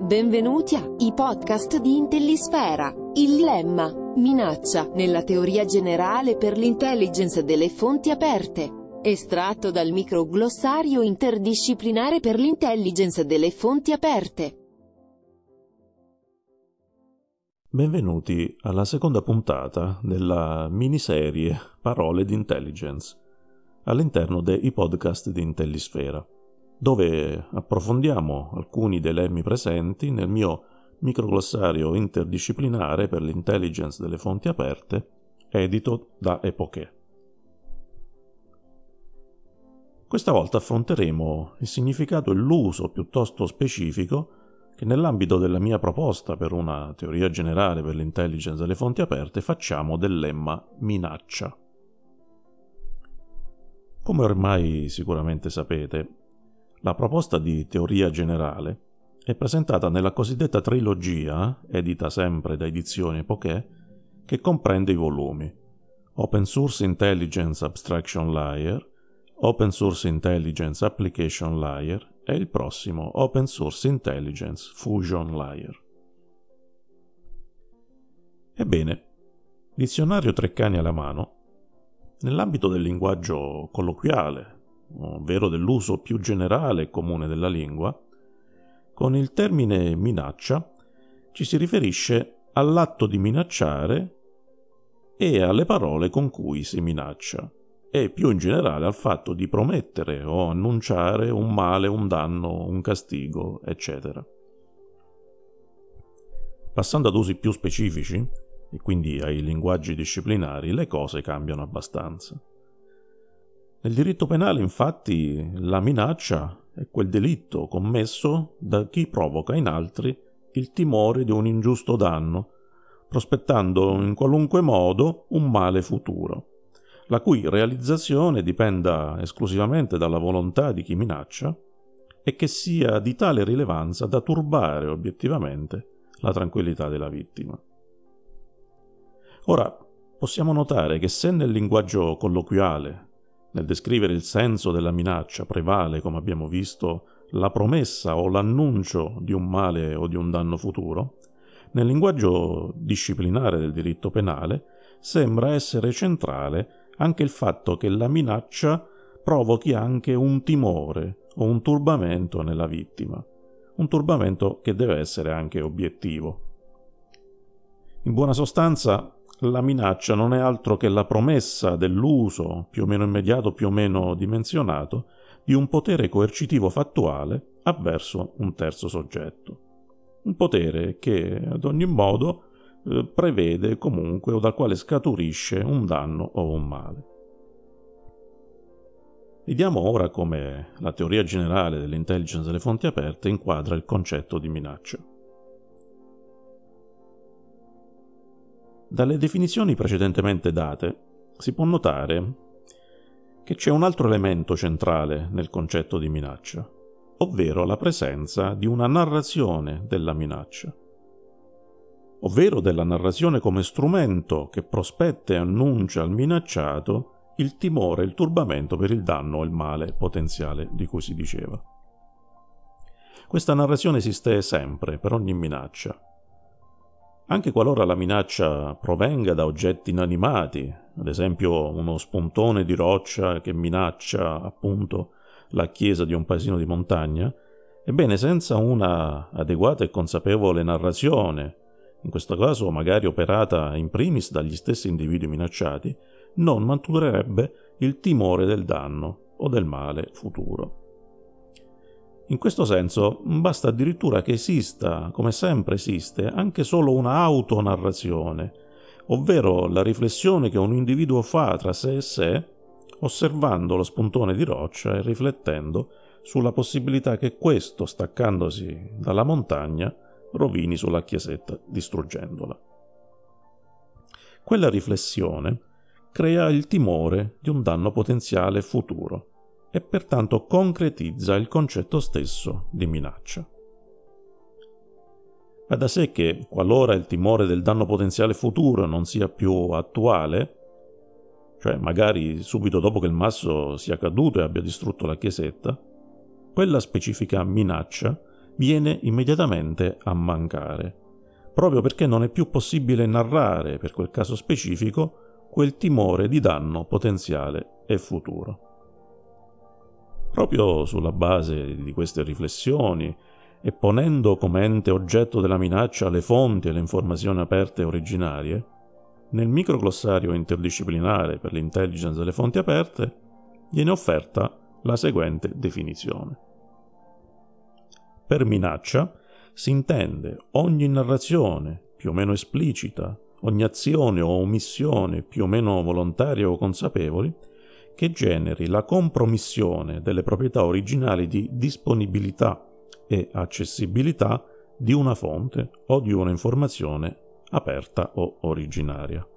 Benvenuti a I podcast di Intellisfera. Il lemma, minaccia, nella teoria generale per l'intelligence delle fonti aperte. Estratto dal microglossario interdisciplinare per l'intelligence delle fonti aperte. Benvenuti alla seconda puntata della miniserie Parole di Intelligence, all'interno dei podcast di Intellisfera, dove approfondiamo alcuni dei lemmi presenti nel mio microglossario interdisciplinare per l'intelligence delle fonti aperte, edito da Epoché. Questa volta affronteremo il significato e l'uso piuttosto specifico che nell'ambito della mia proposta per una teoria generale per l'intelligence delle fonti aperte facciamo del lemma minaccia. Come ormai sicuramente sapete, la proposta di teoria generale è presentata nella cosiddetta trilogia, edita sempre da Edizioni Epoché, che comprende i volumi Open Source Intelligence Abstraction Layer, Open Source Intelligence Application Layer e il prossimo Open Source Intelligence Fusion Layer. Ebbene, dizionario Treccani alla mano, nell'ambito del linguaggio colloquiale, ovvero dell'uso più generale e comune della lingua, con il termine minaccia ci si riferisce all'atto di minacciare e alle parole con cui si minaccia, e più in generale al fatto di promettere o annunciare un male, un danno, un castigo, eccetera. Passando ad usi più specifici, e quindi ai linguaggi disciplinari, le cose cambiano abbastanza. Nel diritto penale, infatti, la minaccia è quel delitto commesso da chi provoca in altri il timore di un ingiusto danno, prospettando in qualunque modo un male futuro, la cui realizzazione dipenda esclusivamente dalla volontà di chi minaccia e che sia di tale rilevanza da turbare obiettivamente la tranquillità della vittima. Ora, possiamo notare che se nel linguaggio colloquiale, nel descrivere il senso della minaccia, prevale, come abbiamo visto, la promessa o l'annuncio di un male o di un danno futuro, nel linguaggio disciplinare del diritto penale sembra essere centrale anche il fatto che la minaccia provochi anche un timore o un turbamento nella vittima, un turbamento che deve essere anche obiettivo. In buona sostanza, la minaccia non è altro che la promessa dell'uso, più o meno immediato, più o meno dimensionato, di un potere coercitivo fattuale avverso un terzo soggetto. Un potere che, ad ogni modo, prevede comunque o dal quale scaturisce un danno o un male. Vediamo ora come la teoria generale dell'intelligence delle fonti aperte inquadra il concetto di minaccia. Dalle definizioni precedentemente date si può notare che c'è un altro elemento centrale nel concetto di minaccia, ovvero la presenza di una narrazione della minaccia, ovvero della narrazione come strumento che prospetta e annuncia al minacciato il timore e il turbamento per il danno o il male potenziale di cui si diceva. Questa narrazione esiste sempre per ogni minaccia, anche qualora la minaccia provenga da oggetti inanimati, ad esempio uno spuntone di roccia che minaccia appunto la chiesa di un paesino di montagna. Ebbene, senza una adeguata e consapevole narrazione, in questo caso magari operata in primis dagli stessi individui minacciati, non maturerebbe il timore del danno o del male futuro. In questo senso basta addirittura che esista, come sempre esiste, anche solo una autonarrazione, ovvero la riflessione che un individuo fa tra sé e sé, osservando lo spuntone di roccia e riflettendo sulla possibilità che questo, staccandosi dalla montagna, rovini sulla chiesetta distruggendola. Quella riflessione crea il timore di un danno potenziale futuro e pertanto concretizza il concetto stesso di minaccia. Va da sé che, qualora il timore del danno potenziale futuro non sia più attuale, cioè magari subito dopo che il masso sia caduto e abbia distrutto la chiesetta, quella specifica minaccia viene immediatamente a mancare, proprio perché non è più possibile narrare, per quel caso specifico, quel timore di danno potenziale e futuro. Proprio sulla base di queste riflessioni e ponendo come ente oggetto della minaccia le fonti e le informazioni aperte e originarie, nel microglossario interdisciplinare per l'intelligence delle fonti aperte viene offerta la seguente definizione. Per minaccia si intende ogni narrazione più o meno esplicita, ogni azione o omissione più o meno volontaria o consapevoli che generi la compromissione delle proprietà originali di disponibilità e accessibilità di una fonte o di una informazione aperta o originaria.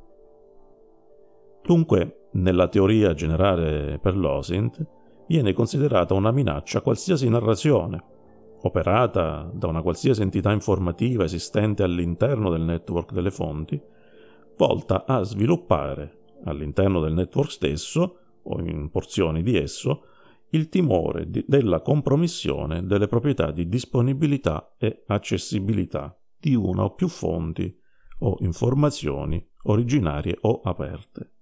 Dunque, nella teoria generale per l'OSINT viene considerata una minaccia qualsiasi narrazione, operata da una qualsiasi entità informativa esistente all'interno del network delle fonti, volta a sviluppare all'interno del network stesso, o in porzioni di esso, il timore della compromissione delle proprietà di disponibilità e accessibilità di una o più fonti o informazioni originarie o aperte.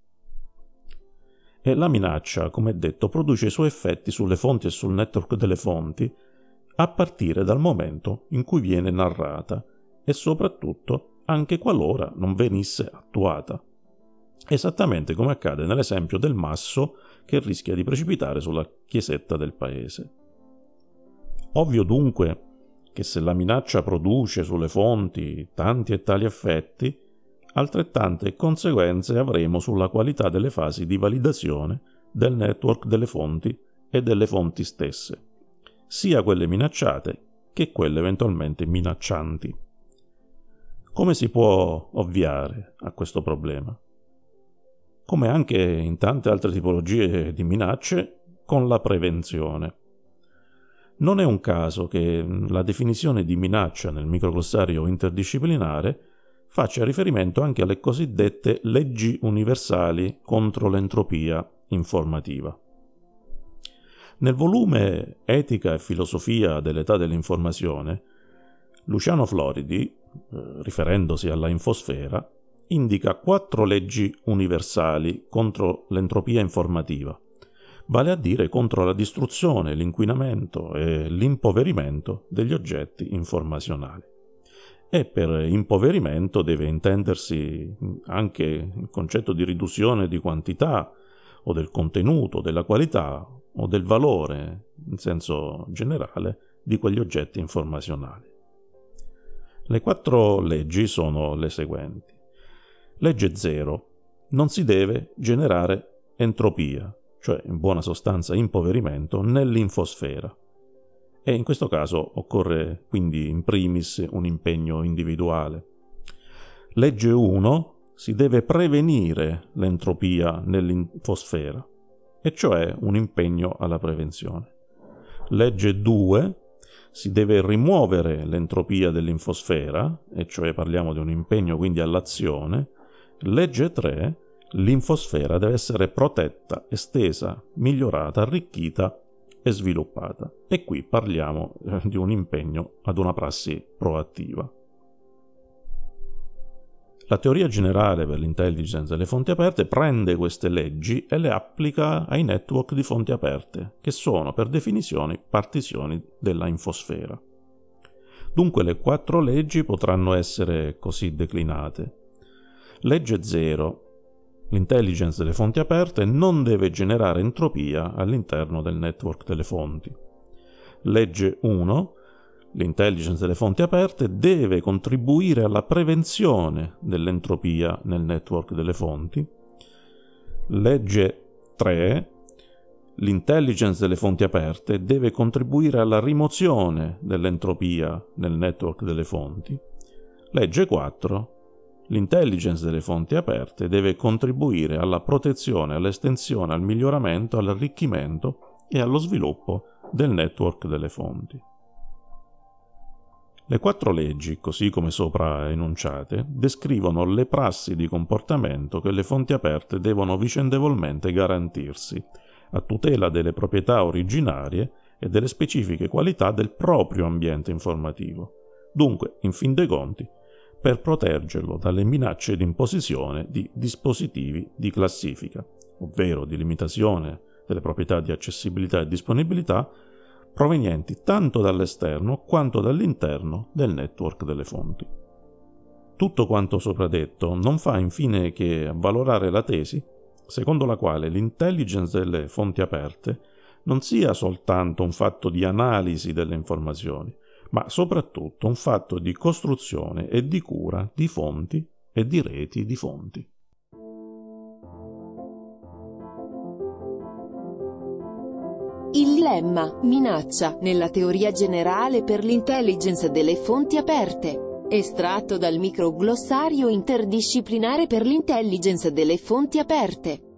E la minaccia, come detto, produce i suoi effetti sulle fonti e sul network delle fonti a partire dal momento in cui viene narrata e soprattutto anche qualora non venisse attuata. Esattamente come accade nell'esempio del masso che rischia di precipitare sulla chiesetta del paese. Ovvio dunque che se la minaccia produce sulle fonti tanti e tali effetti, altrettante conseguenze avremo sulla qualità delle fasi di validazione del network delle fonti e delle fonti stesse, sia quelle minacciate che quelle eventualmente minaccianti. Come si può ovviare a questo problema? Come anche in tante altre tipologie di minacce, con la prevenzione. Non è un caso che la definizione di minaccia nel microglossario interdisciplinare faccia riferimento anche alle cosiddette leggi universali contro l'entropia informativa. Nel volume Etica e filosofia dell'età dell'informazione, Luciano Floridi, riferendosi alla infosfera, indica 4 leggi universali contro l'entropia informativa, vale a dire contro la distruzione, l'inquinamento e l'impoverimento degli oggetti informazionali. E per impoverimento deve intendersi anche il concetto di riduzione di quantità o del contenuto, della qualità o del valore, in senso generale, di quegli oggetti informazionali. Le 4 leggi sono le seguenti. Legge 0. Non si deve generare entropia, cioè in buona sostanza impoverimento, nell'infosfera. E in questo caso occorre quindi in primis un impegno individuale. Legge 1. Si deve prevenire l'entropia nell'infosfera, e cioè un impegno alla prevenzione. Legge 2. Si deve rimuovere l'entropia dell'infosfera, e cioè parliamo di un impegno quindi all'azione. Legge 3. L'infosfera deve essere protetta, estesa, migliorata, arricchita e sviluppata. E qui parliamo di un impegno ad una prassi proattiva. La teoria generale per l'intelligence delle fonti aperte prende queste leggi e le applica ai network di fonti aperte, che sono per definizione partizioni della infosfera. Dunque le 4 leggi potranno essere così declinate. Legge 0. L'intelligence delle fonti aperte non deve generare entropia all'interno del network delle fonti. Legge 1. L'intelligence delle fonti aperte deve contribuire alla prevenzione dell'entropia nel network delle fonti. Legge 3. L'intelligence delle fonti aperte deve contribuire alla rimozione dell'entropia nel network delle fonti. Legge 4. L'intelligence delle fonti aperte deve contribuire alla protezione, all'estensione, al miglioramento, all'arricchimento e allo sviluppo del network delle fonti. Le 4 leggi, così come sopra enunciate, descrivono le prassi di comportamento che le fonti aperte devono vicendevolmente garantirsi, a tutela delle proprietà originarie e delle specifiche qualità del proprio ambiente informativo. Dunque, in fin dei conti, per proteggerlo dalle minacce di imposizione di dispositivi di classifica, ovvero di limitazione delle proprietà di accessibilità e disponibilità, provenienti tanto dall'esterno quanto dall'interno del network delle fonti. Tutto quanto sopra detto non fa infine che avvalorare la tesi secondo la quale l'intelligence delle fonti aperte non sia soltanto un fatto di analisi delle informazioni, ma soprattutto un fatto di costruzione e di cura di fonti e di reti di fonti. Il lemma minaccia nella teoria generale per l'intelligence delle fonti aperte, estratto dal microglossario interdisciplinare per l'intelligence delle fonti aperte.